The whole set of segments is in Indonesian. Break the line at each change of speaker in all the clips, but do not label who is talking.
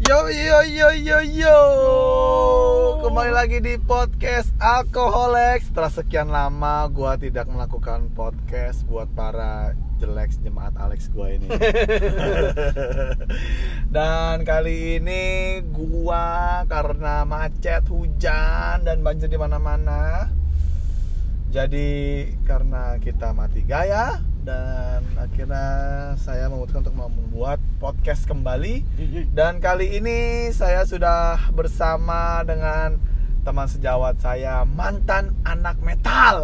Yo. Kembali lagi di podcast Alkoholex. Setelah sekian lama gua tidak melakukan podcast buat para jeleks jemaat Alex gua ini. Dan kali ini gua karena macet, hujan dan banjir di mana-mana. Jadi karena kita mati gaya dan akhirnya saya memutuskan untuk membuat podcast kembali. Dan kali ini saya sudah bersama dengan teman sejawat saya, mantan anak metal.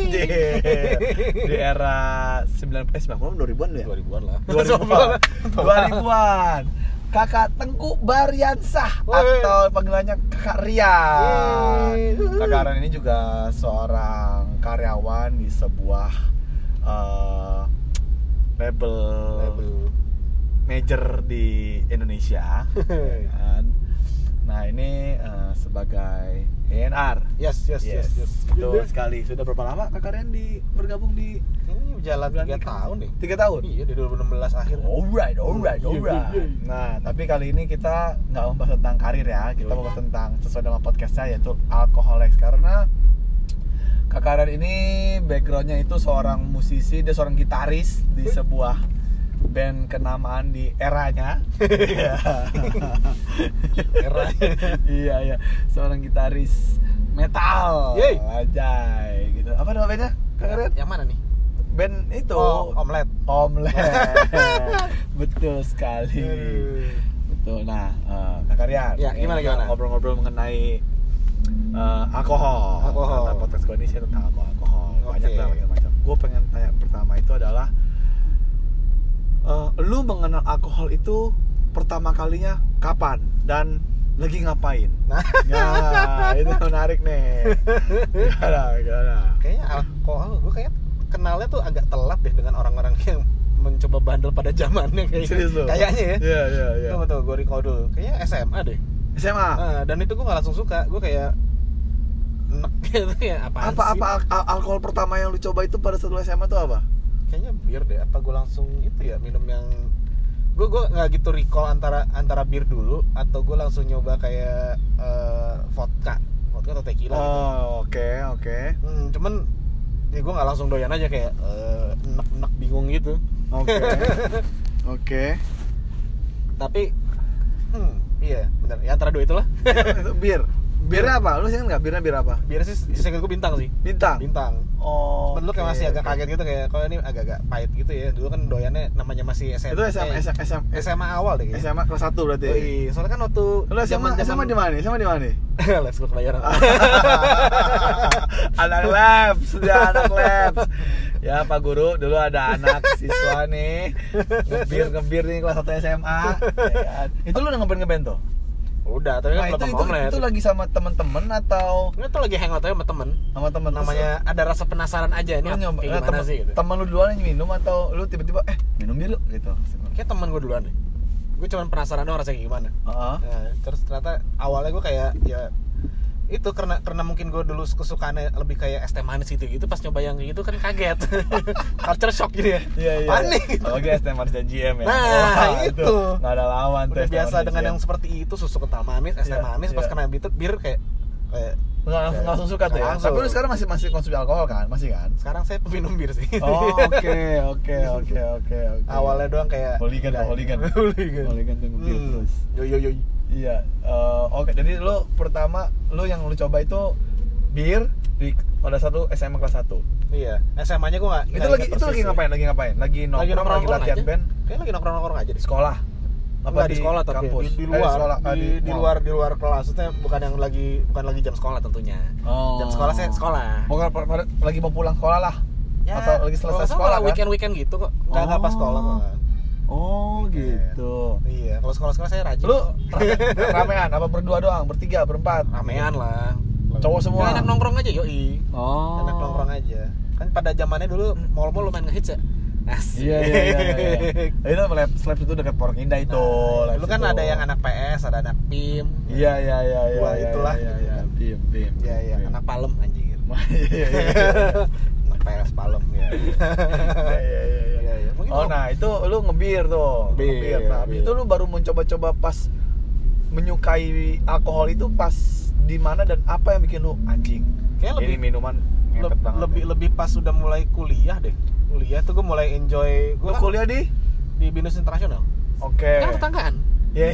Di era 2000-an ya?
2000-an lah.
2000-an. Kakak Tengku Baryansah atau panggilannya Kakak Rian. Kakak Rian ini juga seorang karyawan di sebuah label major di Indonesia. Nah ini sebagai ENR.
Yes.
Betul sekali. Sudah berapa lama Kakak Rian bergabung di
ini jalan 3 tahun nih.
3 tahun?
Iya, di 2016 akhir.
Alright. Nah, tapi kali ini kita nggak membahas tentang karir ya. Kita membahas tentang sesuai dengan podcast saya, yaitu Alkoholex. Karena Kakak Rian ini backgroundnya itu seorang musisi, dia seorang gitaris di sebuah band kenamaan di eranya. Iya. Seorang gitaris metal. Ajay gitu. Apa nama bandnya? Kakak Rian?
Yang mana nih?
Band itu
Omelet.
Betul sekali. Betul. Nah, Kakak Rian,
ya, gimana?
Ngobrol-ngobrol mengenai alkohol. Nah, podcast gue ini sih tentang alkohol. Banyak macam. Gue pengen tanya pertama itu adalah lu mengenal alkohol itu pertama kalinya kapan dan lagi ngapain? Nah, itu menarik nih. Gimana?
Kayaknya alkohol gue kayak kenalnya tuh agak telat deh dengan orang-orang yang mencoba bandel pada zamannya kayaknya ya. Iya. Betul, gue recall dulu. Kayaknya SMA deh.
SMA.
Dan itu gue nggak langsung suka. Gue kayak enek gitu ya.
Apa alkohol pertama yang lu coba itu pada saat lu SMA tuh apa?
Kayaknya bir deh. Apa gue langsung itu ya minum yang gue nggak gitu recall antara bir dulu atau gue langsung nyoba kayak vodka atau tequila.
Oke.
Cuman ya gue nggak langsung doyan aja kayak enek bingung gitu. Oke. Tapi iya benar ya, antara dua itulah.
Birnya apa? Lu sih nggak birnya bir apa?
Bir sih seingat gue bintang sih. Bintang. Dulu kayak masih agak kaget gitu kayak kalau ini agak pahit gitu ya. Dulu kan doyannya namanya masih SMA.
Itu
SMA awal deh kayaknya.
SMA kelas 1 berarti.
Soalnya kan waktu
SMA di mana?
Labs gue kebayaran.
Anak labs. Ya Pak Guru, dulu ada anak siswa nih ngebir nih kelas 1 SMA. Ya, itu lu udah ngeband tuh?
Udah, tapi kan
itu lagi sama temen-temen atau?
Itu lagi hangout aja sama temen. Namanya ada rasa penasaran aja nih. Kayak gimana sih gitu.
Temen lu duluan yang minum atau lu tiba-tiba minum bir gitu?
Kayak temen gue duluan deh. Gue cuma penasaran doang rasanya gimana. Nah, terus ternyata awalnya gue kayak ya itu karena mungkin gue dulu kesukaannya lebih kayak es teh manis gitu pas nyoba yang gitu kan kaget. Culture shock gitu ya.
Iya.
Panik gitu.
Apalagi es teh manis dan GM ya.
Nah, itu
nggak ada lawan.
Udah biasa dengan yang seperti itu, susu kental manis, es teh manis, pas kena bir kayak
nggak langsung suka tuh ya. Tapi lu sekarang masih konsumsi alkohol kan? Masih kan?
Sekarang saya peminum bir sih.
Oke.
Awalnya doang kayak
hooligan tuh bir terus.
Yo.
Iya, oke. Jadi lu pertama yang lu coba itu bir pada satu SMA kelas 1.
Iya, SMA-nya gua enggak.
Itu lagi ngapain? Lagi nongkrong, lagi latihan
aja.
band.
Kayak lagi nongkrong aja di
sekolah.
Apa di sekolah tapi
kampus?
Di luar kelas. Maksudnya bukan lagi jam sekolah tentunya. Jam sekolah saya sekolah.
Bukan lagi mau pulang sekolah lah.
Ya,
atau lagi selesai sekolah kan?
Weekend gitu kok. Enggak pas sekolah kok.
Gitu.
Iya, kalau sekolah saya rajin.
Lu ramean apa berdua doang, bertiga, berempat?
Ramean lah.
Cowok semua.
Enak nongkrong aja, yoi. Enak nongkrong aja. Kan pada zamannya dulu mall-mall lumayan ngehits ya.
Iya. Itu Labs itu dekat Pondok Indah itu.
Dulu kan ada yang anak PS, ada anak PIM.
Iya.
Wah, itulah.
Iya. PIM.
Iya, anak Palem anjir.
Iya.
Anak PS Palem ya.
Iya. Nah itu lu ngebir tuh. Nah, itu lu baru mencoba-coba pas menyukai alkohol itu pas di mana dan apa yang bikin lu anjing?
Kayak
Ini minuman ngepet banget.
lebih pas udah mulai kuliah deh. Kuliah tuh gue mulai enjoy.
Lu kuliah di?
Di Binus Internasional.
Oke.
Kan tetanggaan.
Ya.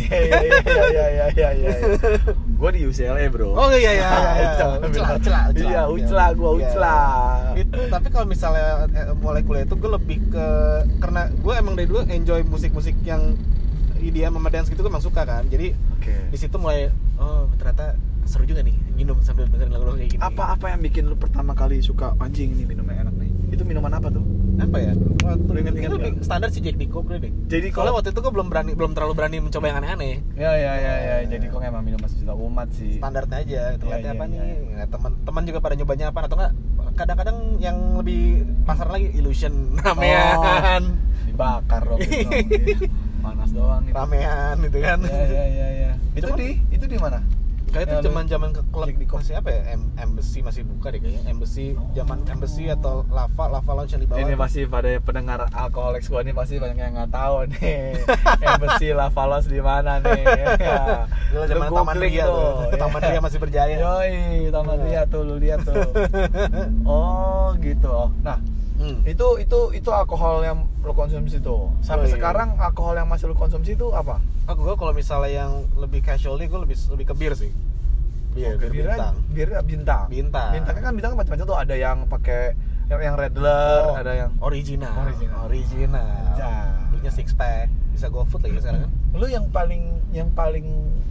Gue di UCLA bro.
Oh iya. Ucla.
Iya, Ucla.
Tapi kalau misalnya mulai kuliah itu gue lebih ke, karena gue emang dari dulu enjoy musik-musik yang EDM sama dance gitu, gue emang suka kan. Jadi di situ mulai ternyata seru juga nih minum sambil dengerin lagu-lagu kayak gini.
Apa yang bikin lu pertama kali suka anjing ini minumnya enak nih? Itu minuman apa tuh?
Apa ya? Waktu
Ingat-ingat
itu
nggak?
standar sih Jack Coke deh.
Jadi
Soalnya waktu itu gue belum terlalu berani mencoba yang aneh-aneh.
Ya. Jadi kok emang minuman sejuta umat sih.
Standarnya aja, ternyata apa
Iya.
nih? Nah, teman juga pada nyobanya apa atau enggak? Kadang-kadang yang lebih pasar lagi Illusion ramean.
Dibakar dong. Panas doang gitu.
Ramean gitu kan.
Ya. Itu di mana?
Kayak itu zaman-zaman ke klub
Jack di Coke.
masih apa ya? Embassy masih buka deh kayaknya. Embassy zaman Embassy atau Lava Lounge yang di bawah.
Ini pasti pada pendengar alkoholik gua nih pasti banyak yang nggak tahu nih. Embassy Lava Lounge di mana nih? Ya.
Dulu zaman
Lu
Taman
googling
Ria tuh. Taman Ria masih berjaya.
Yoi, Taman Ria tuh lu lihat tuh. Oh, gitu. Oh. Nah, itu alkohol yang lu konsumsi tuh. Sampai
Oh, iya.
sekarang alkohol yang masih lu konsumsi itu apa?
Gue kalau misalnya yang lebih casual nih, gue lebih ke bir sih. Bir bintang.
Bir bintang. Bintangnya kan bintang macam-macam tuh, ada yang pakai yang Redler, ada yang
original.
Ja.
Belinya six pack, bisa GoFood lagi sekarang kan.
Lu yang paling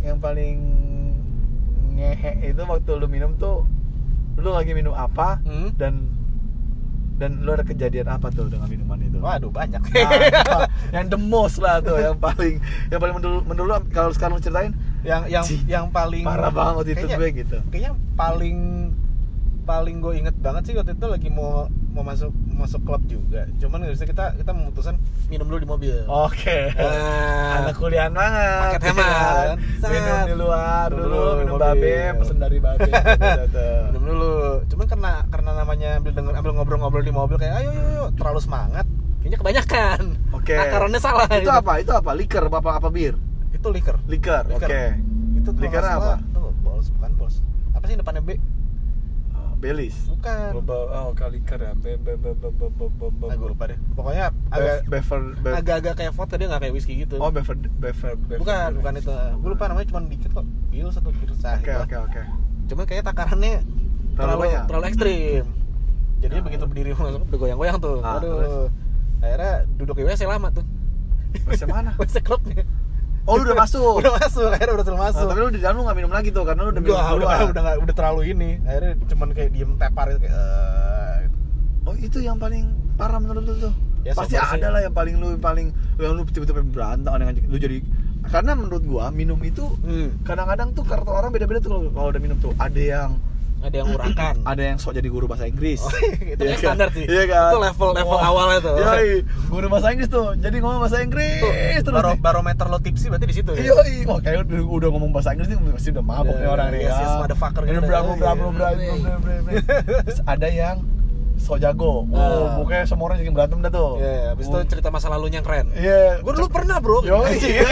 ngehe itu waktu lu minum tuh, lu lagi minum apa dan lu ada kejadian apa tuh dengan minuman itu?
Waduh, banyak.
Yang the most lah tuh, yang paling menurut lu, kalau sekarang lu ceritain
yang paling
parah banget waktu itu gue gitu.
Kayaknya paling gue inget banget sih waktu itu lagi mau masuk klub juga. Cuman nggak bisa, kita memutuskan minum dulu di mobil.
Oke. Anak kuliahan banget.
Paket hemat.
Minum di luar dulu, minum
mobil.
babe, pesen dari babe.
Minum dulu. Cuman karena namanya ambil ngobrol-ngobrol di mobil kayak ayo terlalu semangat. Kayaknya kebanyakan.
Oke.
Takarannya salah.
Itu apa? Liker apa bir?
Itu liker.
Oke.
Itu
Liker apa?
Tuh, bukan bols. Apa sih depannya B?
Belis.
Bukan.
Liker ya.
Gue lupa deh. Pokoknya agak kayak vodka, dia nggak kayak whisky gitu.
Oh, Bever.
Bukan itu. Gue lupa namanya, cuma dikit kok. Bil satu bir sah.
Oke.
Cuman kayaknya takarannya terlalu ekstrim. Jadinya begitu berdiri masuk udah goyang-goyang tuh. Aduh. Akhirnya duduk di WC lama tuh.
WC mana?
WC klubnya.
Oh, lu udah masuk.
Akhirnya udah masuk.
Tapi lu di dalam lu nggak minum lagi tuh karena lu udah minum duluan.
Udah terlalu ini. Akhirnya cuman kayak diem tepar gitu kayak
Oh, itu yang paling parah menurut lu tuh.
Ya,
pasti ada lah yang paling lu tiba-tiba berantem dengan lu jadi, karena menurut gua minum itu kadang-kadang tuh karakter orang beda-beda tuh kalau udah minum tuh.
Ada yang urakan.
Ada yang sok jadi guru bahasa Inggris.
Oh, itu ya standar sih.
Iya kan?
Itu level awalnya tuh.
Iya, guru bahasa Inggris tuh. Jadi ngomong bahasa Inggris
tuh,
terus.
Barometer lo tipsy berarti di situ ya.
Iya, wah kayak udah ngomong bahasa Inggris nih pasti udah mabok nih orang nih.
Yes, motherfucker gitu.
Berapa. Terus ada yang sok jago. Pokoknya semua orang jadi berantem dah tuh.
Iya, habis itu cerita masa lalunya yang keren.
Iya.
Gue dulu pernah, bro.
Iya.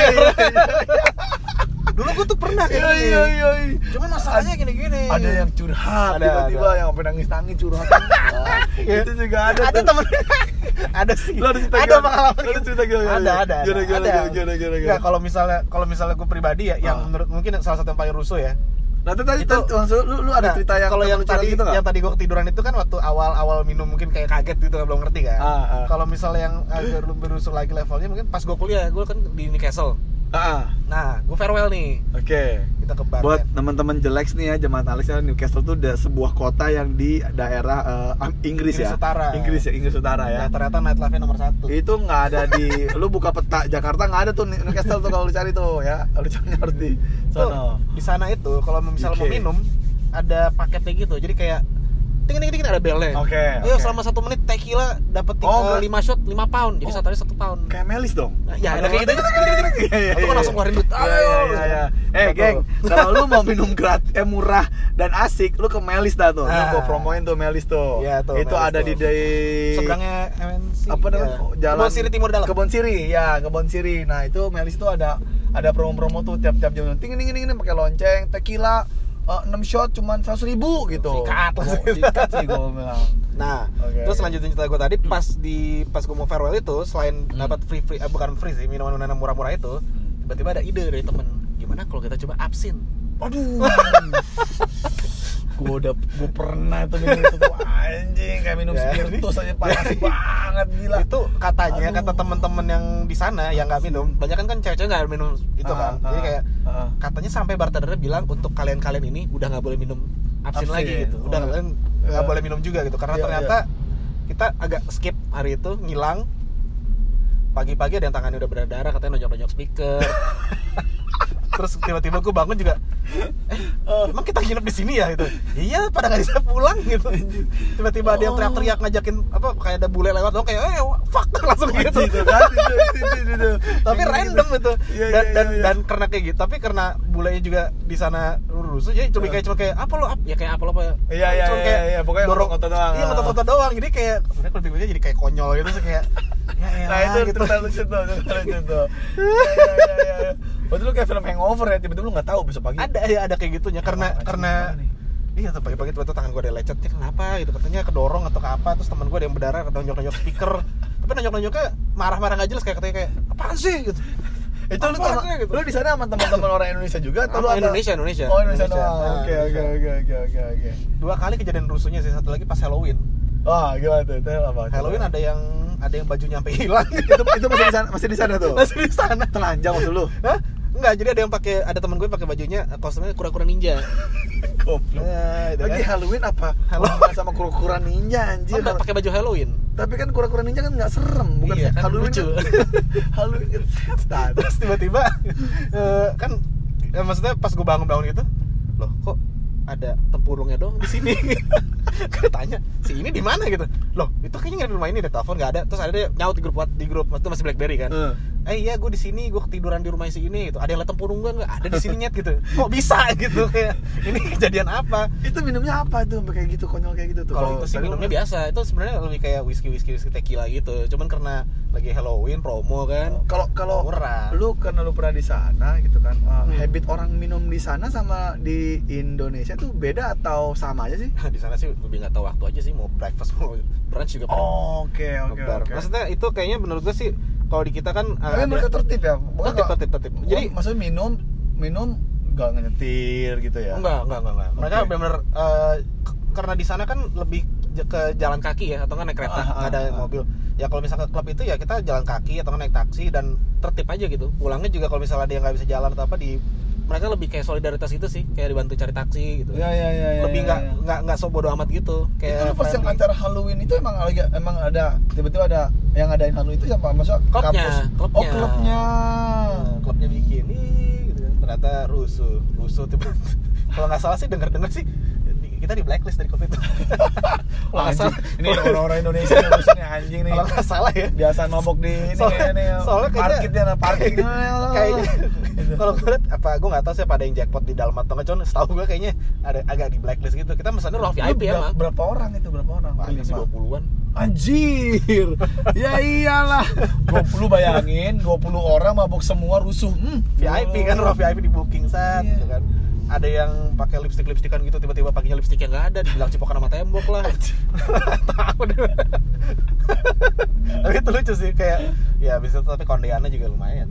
Dulu gue tuh pernah kayak gini.
Iya.
Cuman masalahnya gini-gini.
Ada yang curhat tiba-tiba yang sampai nangis curhat. Itu juga ada.
Ada temen. Ada sih. Ada pengalaman.
Ada cerita gitu.
Ada.
Gimana.
Enggak, kalau misalnya gue pribadi ya, yang menurut mungkin salah satu yang paling rusuh ya.
Nah, tadi maksud lu ada cerita yang
kalau yang tadi
gitu
yang tadi gue ketiduran itu kan waktu awal minum mungkin kayak kaget gitu, belum ngerti kan. Kalau misalnya yang agak berusuh lagi levelnya mungkin pas gue kuliah, gue kan di Newcastle. Nah, gue farewell nih.
Oke.
Kita ke bar.
Buat teman-teman Jelex nih ya, jemaat Alex ya, Newcastle tuh udah sebuah kota yang di daerah Inggris ya. Inggris Utara ya.
Nah, ternyata nightlife-nya nomor 1.
Itu nggak ada di lu buka peta Jakarta nggak ada tuh Newcastle tuh kalau lu cari tuh ya. Lu cari harus di sono.
Di sana itu kalau misalnya mau minum ada paketnya gitu. Jadi kayak ting ada belnya.
Oke.
Ayo selama 1 menit tequila dapat 5 shot 5 pound. Jadi satu hari 1 pound.
Kayak Melis dong.
Ya, ada kayak gitu. Aku kan langsung keluarin duit.
Iya. Geng, kalau lu mau minum murah dan asik, lu ke Melis dah tuh. Lu gua promoin tuh Melis tuh.
Ya, tuh
itu
Melis
ada
tuh.
di
seberangnya MNC.
apa namanya? Jalan
Kebon Siri Timur Dalam.
Kebon Siri. Nah, itu Melis tuh ada ada promo-promo tuh tiap jam ting pakai lonceng, tequila 6 shot cuman 100.000 gitu. Sikat sih gue bilang.
Nah, terus lanjutin cerita gue tadi pas gue mau farewell itu selain dapat free bukan free sih, minuman murah-murah itu, tiba-tiba ada ide dari temen, gimana kalau kita coba absin.
Aduh. gue pernah tuh minum itu tuh anjing kayak minum spiritus aja panas banget gila.
Itu katanya kata teman-teman yang di sana yang nggak minum, banyak kan cewek-cewek nggak minum itu kan. Jadi kayak katanya sampai bartendernya bilang untuk kalian ini udah nggak boleh minum absin lagi gitu. Udah kalian nggak boleh minum juga gitu karena ternyata kita agak skip hari itu ngilang. Pagi-pagi ada yang tangannya udah berdarah katanya nonjok-nonjok speaker. Terus tiba-tiba gue bangun juga emang kita nginep di sini ya gitu. Iya pada nggak bisa pulang gitu. Tiba-tiba ada yang teriak-teriak ngajakin apa kayak ada bule lewat dong kayak fuck langsung gitu kan. Tapi random itu dan karena kayak gitu tapi karena bulenya juga di sana rusuh jadi cuma kayak apa lo ya kayak apa lo apa
iya pokoknya dorong otot doang.
Iya otot doang jadi kayak mereka lebih jadi kayak konyol gitu kayak
nah itu gitu. Cerita lucu tuh. Ya. Waktu lu kayak film Hangover ya, tiba-tiba lu nggak tahu besok pagi.
Ada kayak gitunya karena iya tuh pagi-pagi tiba-tiba tangan gue ada lecet kenapa gitu katanya kedorong atau ke apa terus teman gue ada yang berdarah nonjok speaker tapi nonjok-nonjoknya marah-marah nggak jelas kayak apaan sih gitu.
Itu lu di sana sama teman-teman orang Indonesia juga atau lu
Indonesia?
Oh Indonesia doang. Oke.
2 kali kejadian rusuhnya sih, satu lagi pas Halloween.
Wah, gimana tuh? Itu apa?
Halloween ada yang bajunya sampai hilang.
itu masih di sana tuh.
Masih di sana.
Telanjang waktu lu.
Hah? Enggak, jadi ada teman gue pakai bajunya kostumnya kura-kura ninja.
Goblok. Lagi kan? Halloween apa? Halloween sama kura-kura ninja anjir.
Enggak pakai baju Halloween.
Tapi kan kura-kura ninja kan enggak serem, bukan
iya, kan
Halloween.
Lucu.
Halloween kan setan.
Terus tiba-tiba kan maksudnya pas gue bangun gitu, loh kok ada tempurungnya dong di sini. Gue tanya, si ini di mana gitu. Loh, itu kayaknya nggak di rumah ini deh, telepon nggak ada. Terus ada dia nyaut di grup itu masih BlackBerry kan. Iya gue di sini, gue ketiduran di rumah si ini gitu. Ada yang liat tempurung gue nggak? Ada di sini nyet gitu. Kok bisa gitu kayak ini kejadian apa?
Itu minumnya apa tuh kayak gitu konyol kayak gitu tuh?
Kalau itu sih minumnya biasa. Itu sebenarnya lebih kayak whisky tequila gitu. Cuman karena lagi Halloween promo kan.
Kalau lu karena lu pernah di sana gitu kan. Habit orang minum di sana sama di Indonesia tuh beda atau sama aja sih?
Di sana sih lebih nggak tahu waktu aja sih, mau breakfast mau brunch juga pernah.
Oke.
Maksudnya itu kayaknya menurut gue sih kalau di kita kan
tapi mereka tertib ya?
Tertib. Jadi
maksudnya minum nggak ngetir gitu ya?
Enggak. Mereka benar-benar karena di sana kan lebih ke jalan kaki ya atau nggak naik kereta, nggak ada mobil. Ya kalau misalnya ke klub itu ya kita jalan kaki atau naik taksi dan tertib aja gitu. Pulangnya juga kalau misalnya dia nggak bisa jalan atau apa mereka lebih kayak solidaritas itu sih, kayak dibantu cari taksi gitu.
Iya.
Lebih nggak so bodo amat gitu. Kayak
itu pas yang acara Halloween itu emang ada tiba-tiba ada yang ngadain Halloween itu siapa? Maksudnya
klubnya.
Oh, klubnya.
Klubnya bikin gitu kan. Ternyata rusuh tiba. Kalau nggak salah sih dengar sih kita di blacklist dari klub itu.
Ini orang-orang Indonesia yang anjing nih.
Kalau nggak salah ya.
Biasa mabok di ini.
Soalnya
parkir
kayaknya kalau gue liat gue nggak tahu sih ada yang jackpot di dalam atau nggak, cuman setahu gue kayaknya ada agak di blacklist gitu. Kita mesannya ruang VIP emang.
Berapa orang?
Banyak sih 20-an.
Anjir. Ya iyalah. 20 bayangin, 20 orang mabok semua rusuh.
VIP kan, ruang VIP di booking gitu kan. Ada yang pakai lipstikan gitu, tiba-tiba paginya lipstiknya nggak ada, dibilang cipokan sama tembok lah. Tahu deh. Tapi itu lucu sih, kayak ya bisa tapi kondeannya juga lumayan.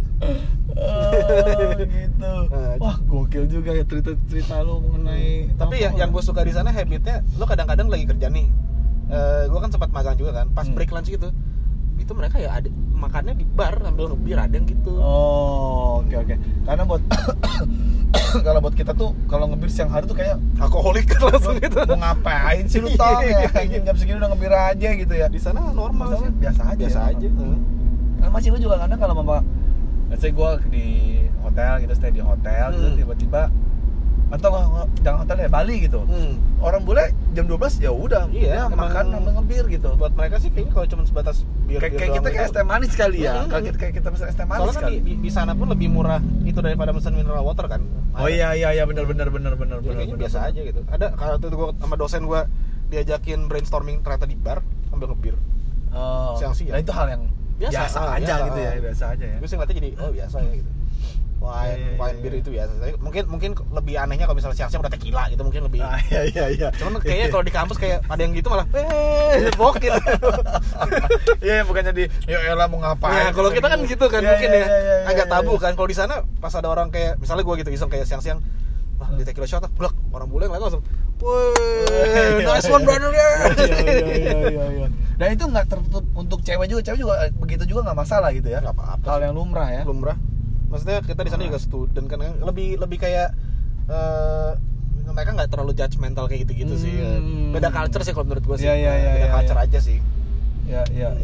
Gitu. Wah gokil juga ya cerita lu mengenai.
Tapi yang gue suka di sana habitnya, lo kadang-kadang lagi kerja nih. Gue kan sempat magang juga kan, pas break lunch gitu. Itu mereka ya ada makannya di bar sambil ngebir, ada yang gitu.
Oke. Karena buat kalau buat kita tuh kalau ngebir siang hari tuh kayak
alkoholik kan langsung gitu.
Mau ngapain sih lu tau ya? Jam segini udah ngebir aja gitu ya.
Di sana normal sih.
Biasa aja. Nah, masih lu juga kadang kalau mama let's say gue di hotel gitu, stay di hotel gitu, tiba-tiba atau jangan hotel ya Bali gitu. Orang bule jam 12 ya udah makan sama ngebir gitu.
Buat mereka sih kayaknya kalau cuma sebatas bir
kayak kita kayak es teh manis kali ya. Kayak kita pesen es teh manis.
Soalnya kan di sana pun lebih murah itu daripada pesen mineral water kan.
Oh iya benar.
Kayaknya biasa aja gitu. Ada kalau itu gue sama dosen gue diajakin brainstorming ternyata di bar sambil ngebir. Siang-siang.
Nah itu hal yang biasa aja gitu ya, biasa aja ya.
Gue sih ngeliatnya jadi biasa ya gitu. wine beer itu biasa. Mungkin lebih anehnya kalau misalnya siang-siang udah tequila gitu mungkin lebih.
Iya.
Cuman kayaknya kalau di kampus kayak ada yang gitu malah bokil.
Iya, bukannya ya elah mau ngapain.
Nah, kalau kita kan gitu kan mungkin ya agak tabu
iya.
kan. Kalau di sana pas ada orang kayak misalnya gue gitu iseng kayak siang-siang wah di tequila shot blok orang bule yang lain langsung woi nice one brother ya.
Iya. Dan itu nggak tertutup untuk cewek juga begitu juga nggak masalah gitu ya.
Nggak apa-apa
Hal
sih.
yang lumrah ya.
Lumrah. Maksudnya kita di sana juga student kan lebih kayak mereka nggak terlalu judgmental kayak gitu-gitu sih. Beda culture sih kalau menurut gue sih. Beda culture aja sih.
Ya.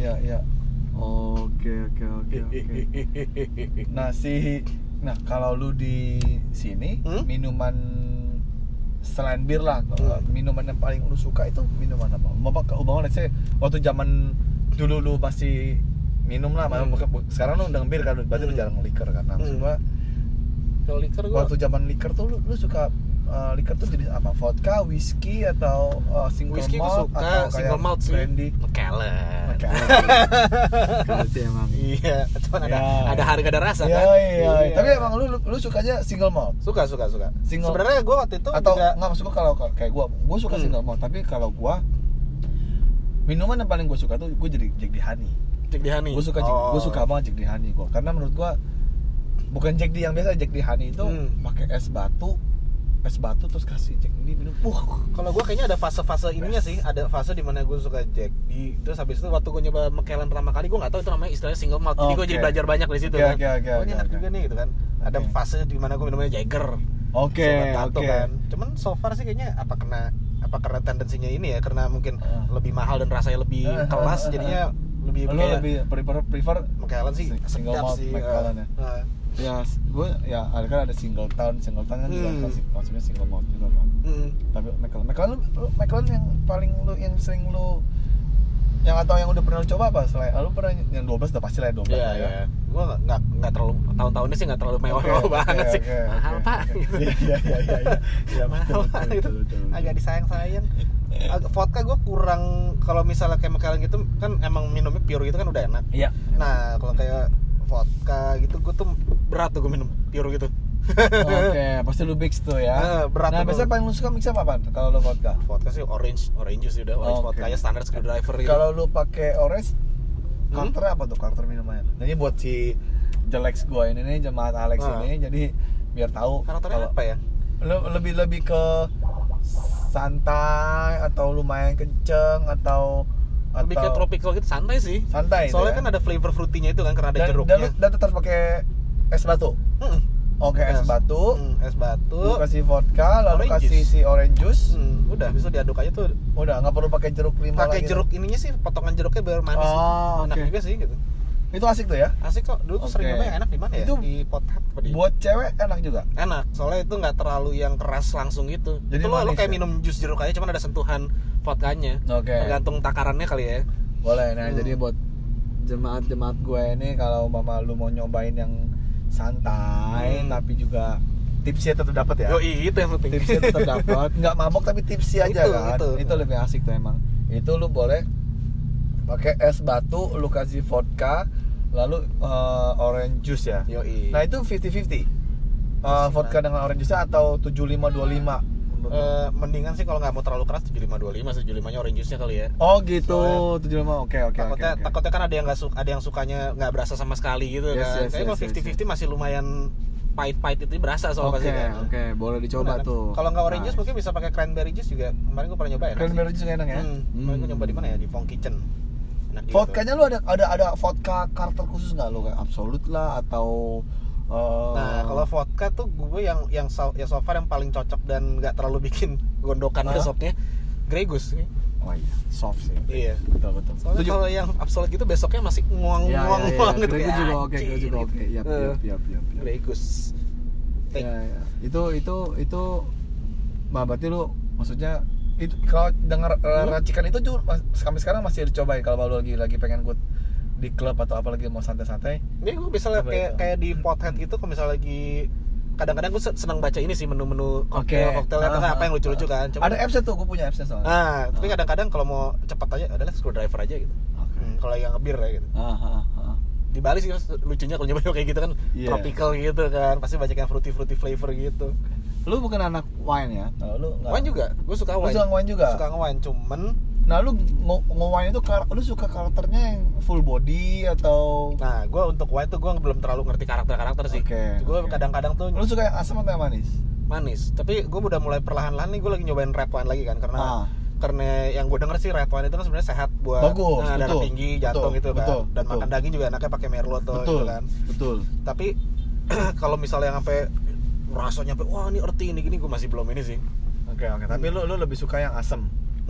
Oke. Nah kalau lu di sini minuman selain bir lah, minuman yang paling lu suka itu minuman apa? Umpama let's say waktu zaman dulu lu masih minum lah, sekarang lu udah bir kan, berarti lu jarang liker kan. Nah, maksud gua
kalau liker gua
waktu zaman liker tuh lu suka liker tuh jenis apa? Vodka, whiskey atau single
whisky
malt
suka,
atau kayak
single malt sih.
brandy?
Macallan.
Kalau sih emang.
Iya, cuman ada harga ada rasa kan.
Iya. Tapi emang lu sukanya single malt?
Suka. Sebenarnya gue waktu itu
atau
juga
nggak, maksud gue kalau kayak gue suka single malt, tapi kalau gue minuman yang paling gue suka tuh gue jadi Jack D Honey.
Jack D Honey.
Gue suka banget Jack D Honey gue, karena menurut gue bukan Jack D yang biasa, Jack D Honey itu pakai es batu terus kasih Jack D minum.
Kalau gue kayaknya ada fase-fase ininya sih, ada fase di mana gue suka Jack D. Terus habis itu waktu gue nyoba Macallan pertama kali gue nggak tahu itu namanya istilahnya single malt. Jadi gue jadi belajar banyak dari situ kan. Oh ini enak juga nih gitu kan. Ada fase di mana gue minumnya Jagger. Oke. Kan. Cuman so far sih kayaknya apa karena tendensinya ini ya, karena mungkin lebih mahal dan rasanya lebih kelas jadinya lebih kayak
lebih prefer
Macallan sih
single malt
sih.
Macallan ya. Ya, gue ya kan ada single town kan juga maksudnya single malt juga kan. Tapi Macallan yang paling yang sering lu yang atau yang udah pernah lu coba apa? Selain lu pernah yang 12 udah pasti lah 12
ya. Gue nggak terlalu tahun-tahunnya sih nggak terlalu mewah banget sih. Mahal Pak. Iya mahal gitu. Agak disayang-sayang. Vodka gue kurang, kalau misalnya kayak Macallan gitu kan emang minumnya pure gitu kan udah enak.
Iya.
Nah kalau kayak vodka gitu gue tuh berat tuh gue minum pure gitu.
Oke, pasti lu mix tuh ya.
Berat.
Nah, biasanya paling lu suka mix apa kalau lu vodka?
Vodka sih orange juice udah, orange vodka ya standar screwdriver gitu.
Kalau lu pakai orange, karakter apa tuh karakter minumannya? Jadi buat si Jelex gua ini nih, jemaat Alex ini, jadi biar tahu
karakternya apa ya?
Lu lebih ke santai atau lumayan kenceng atau
lebih kayak tropical gitu, santai sih. Soalnya kan ada flavor fruity-nya itu kan karena ada jeruknya.
Dan tetap pakai es batu. Oke, es batu. Lu kasih vodka, lalu kasih si orange juice.
Udah bisa diaduk aja tuh.
Udah, nggak perlu pakai jeruk 5 lagi.
Pakai jeruk ininya sih, potongan jeruknya biar manis gitu. Enak juga sih gitu.
Itu asik tuh ya?
Asik kok. Dulu tuh sering nyoba yang enak di mana ya?
Itu
di Pothead apa di?
Buat cewek enak juga.
Enak, soalnya itu nggak terlalu yang keras langsung gitu.
Jadi
itu lo kayak
ya?
minum jus jeruk aja, cuman ada sentuhan vodkanya. Tergantung takarannya kali ya.
Boleh. Nah, jadi buat jemaat gue ini kalau mama lu mau nyobain yang santai tapi juga tipsnya tetap dapat ya.
Itu yang penting.
Tipsnya tetap dapat, nggak mabok tapi tipsy aja kan. Itu lebih asik tuh emang. Itu lu boleh pakai es batu, lu kasih vodka, lalu orange juice ya. Nah, itu 50-50. Vodka dengan orange juice atau 75-25.
Mendingan sih kalau nggak mau terlalu keras 75-25, 75-nya orange juice-nya kali ya.
Oh gitu, 75. Oke.
Takutnya kan ada yang sukanya nggak berasa sama sekali gitu kan. Kayaknya kalau 50-50 masih lumayan pahit-pahit itu berasa soal pasti kan.
Oke, boleh dicoba tuh.
Kalau nggak orange juice mungkin bisa pakai cranberry juice juga. Kemarin gue pernah nyoba ya.
Cranberry juice enak ya.
Kemarin gue nyoba di mana ya, di Fong Kitchen.
Vodkanya lu ada vodka karakter khusus nggak lu, kayak Absolut lah atau
Nah, kalau vodka tuh gue yang so far yang paling cocok dan nggak terlalu bikin gondokan besoknya Grey Goose sih.
Oh iya, soft sih.
Iya,
betul.
Soalnya kalau yang Absolut gitu besoknya masih nguang-nguang gitu.
Gue juga oke. Yap.
Grey Goose.
Ya. Itu berarti lu maksudnya itu kalau dengar racikan itu tuh sampai sekarang masih dicobain kalau lu lagi pengen good di klub atau apalagi mau santai-santai.
Ini gue misalnya kayak di Pothead gitu, kalau misalnya lagi kadang-kadang gue senang baca ini sih menu-menu koktailnya atau apa yang lucu-lucu kan.
Ada apps-nya tuh, gue punya apps-nya soalnya.
Nah, tapi kadang-kadang kalau mau cepat aja adalah screwdriver aja gitu. Kalau yang ngebir ya gitu. di Bali sih lucunya kalau nyoba kayak gitu kan tropical gitu kan, pasti banyak yang fruity flavor gitu.
Lu bukan anak wine ya? Kalau lu enggak.
Wine juga, gue suka wine.
Lu suka wine juga?
Suka wine, cuman
nah lu nge-wine itu lu suka karakternya yang full body atau?
Nah, gue untuk wine tuh gue belum terlalu ngerti karakter sih. Gue kadang-kadang tuh.
Lu suka yang asam atau yang manis?
Manis, tapi gue udah mulai perlahan-lahan nih gue lagi nyobain red wine lagi kan, karena yang gue denger sih red wine itu kan sebenarnya sehat buat darah tinggi, jantung gitu kan. Dan makan daging juga enaknya pakai merlot gitu kan. Betul. Tapi kalau misalnya yang sampai rasanya sampai wah ini earthy ini gini, gue masih belum ini sih.
Oke. Tapi lu lebih suka yang asam.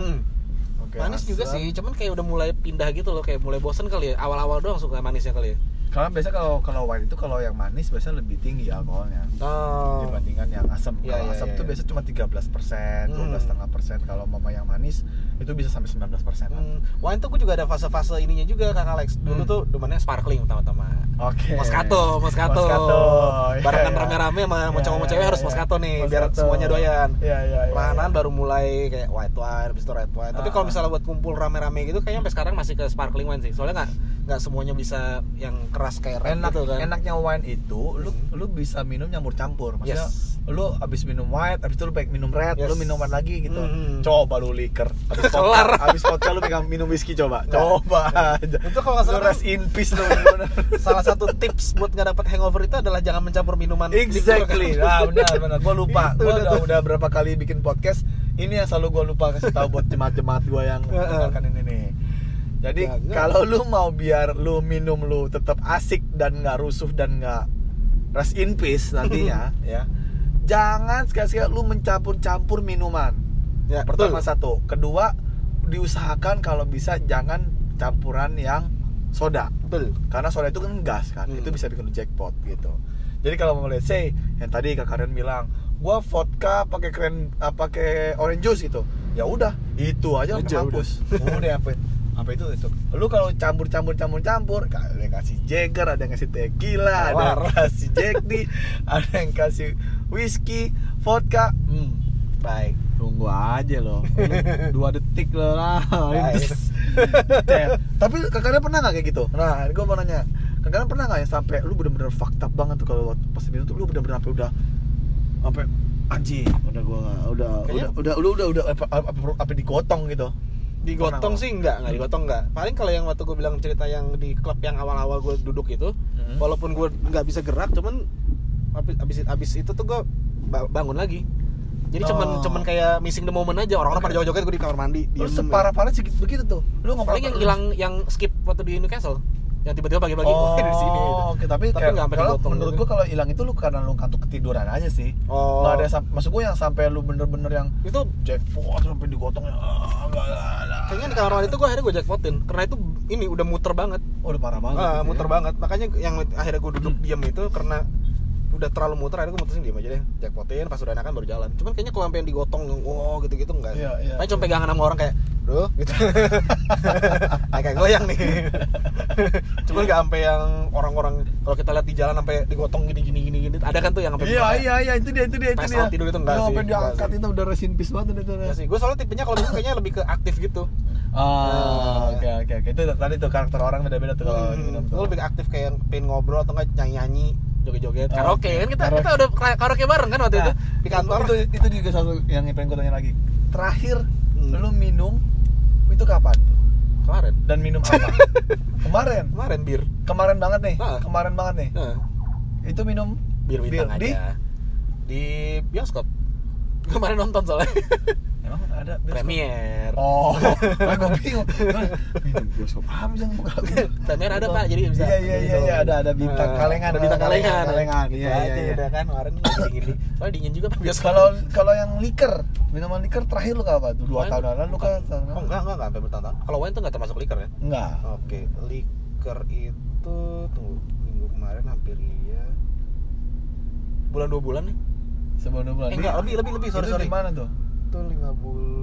Manis asam juga sih, cuman kayak udah mulai pindah gitu loh, kayak mulai bosen kali ya. Awal-awal doang suka manisnya kali ya.
Karena biasa kalau wine itu kalau yang manis biasanya lebih tinggi alkoholnya dibandingkan yang asam. Kalau asam itu biasa cuma 13%, 12,5%. Kalau mama yang manis itu bisa sampai 19%.
Wine tuh gue juga ada fase-fase ininya juga Kak Alex. Dulu tuh demennya sparkling pertama-tama. Moscato. Barengan rame-rame sama cowok cewek harus Moscato nih, biar semuanya doyan. Perlahan-lahan baru mulai kayak white wine, habis itu red wine. Tapi kalau misalnya buat kumpul rame-rame gitu kayaknya sampai sekarang masih ke sparkling wine sih. Soalnya nggak semuanya bisa yang keras kayak red gitu kan.
Enaknya wine itu lu bisa minum campur. Maksudnya lu abis minum white, abis itu lu minum red, lu minum wine lagi gitu. Coba lu liquor, abis vodka lu minum whisky coba. Aja.
Itu kalau nggak salah
rest in peace lu.
Salah satu tips buat nggak dapat hangover itu adalah jangan mencampur minuman.
Exactly. Benar. Gua lupa. Gua udah berapa kali bikin podcast. Ini yang selalu gua lupa kasih tahu buat jemaat-jemaat gua yang mendengarkan ini nih. Jadi kalau lu mau biar lu minum lu tetap asik dan nggak rusuh dan nggak rest in peace nantinya ya, jangan sekali-sekali lu mencampur-campur minuman. Pertama satu, kedua diusahakan kalau bisa jangan campuran yang soda. Karena soda itu kan gas kan, itu bisa bikin lu jackpot gitu. Jadi kalau mau let's say yang tadi Kak Karen bilang, gua vodka pakai orange juice gitu, ya udah itu aja hapus. Udah apa itu lu kalau campur ada yang kasih Jagger, ada yang kasih tequila, ada yang kasih Jack D, ada yang kasih whisky, vodka.
Baik,
tunggu aja loh. 2 detik loh lah. Tapi kakaknya pernah nggak kayak gitu? Nah, gue mau nanya, kakaknya pernah nggak yang sampai lu bener-bener fucked up banget tuh kalau pas minum tuh lu bener-bener sampai anjing, udah apa digotong gitu?
Digotong sih enggak paling kalau yang waktu gue bilang cerita yang di klub yang awal-awal gue duduk itu, walaupun gue nggak bisa gerak, cuman abis itu tuh gue bangun lagi. Jadi cuman kayak missing the moment aja, orang-orang pada joget-joget, gue di kamar mandi.
Lu separah-parah segitu begitu tuh. Lu
paling yang hilang yang skip waktu di Newcastle, yang tiba-tiba pagi-pagi dari sini gitu.
Oke, tapi nggak sampai digotong. Menurut gue kalau hilang itu lu karena lu kantuk ketiduran aja sih. Nggak ada maksud gue yang sampai lu bener-bener yang
itu
jackpot sampai digotongnya.
Kayaknya di kamar mandi itu gue akhirnya gue jackpotin karena itu ini udah muter banget.
Udah parah banget.
Muter banget. Makanya yang akhirnya gue duduk diam itu karena udah terlalu muter, akhirnya gue mutusin diam aja deh, jackpotin, pas udah enakan baru jalan. Cuman kayaknya kalau sampai yang digotong gitu-gitu enggak sih. Paling cuma pegangan sama orang kayak duh gitu. Kayak goyang nih. Cuman enggak sampai yang orang-orang kalau kita lihat di jalan sampai digotong gini. Ada kan tuh yang sampai
Iya, itu dia.
Pas tidur itu enggak sih.
Sampai diangkat itu udah rest in peace banget itu.
Enggak sih. Gue soalnya tipenya kalau gitu kayaknya lebih ke aktif gitu.
Oke. Itu tadi tuh karakter orang beda-beda tuh kalau minum tuh.
Gue lebih aktif kayak pengen ngobrol atau enggak nyanyi-nyanyi, joget-joget, karaoke kan kita udah karaoke bareng kan waktu itu di kantor.
Itu juga satu yang pengen gue tanya lagi. Terakhir lu minum itu kapan?
Kemarin.
Dan minum apa?
Kemarin bir.
Kemarin banget nih. Itu minum
bir bintang aja. Di bioskop. Kemarin nonton soalnya.
Emang ada
Premier.
Gue bingung. Minum bioskop apa bisa buka?
Premier ada Pak, jadi bisa.
Iya, ada bintang kalengan. Iya.
Udah kan kemarin dingin. Soalnya dingin juga Pak bioskop.
Kalau yang liker, minuman liker terakhir lu kapan? 2 tahun lalu lu kan?
Enggak sampai bertahun-tahun. Kalau wine tuh enggak termasuk liker ya?
Enggak.
Oke, liker itu minggu kemarin hampir iya. Bulan 2 bulan nih.
Sebulan 2 bulan.
Enggak, lebih sorry.
Itu di mana tuh?
Itu 4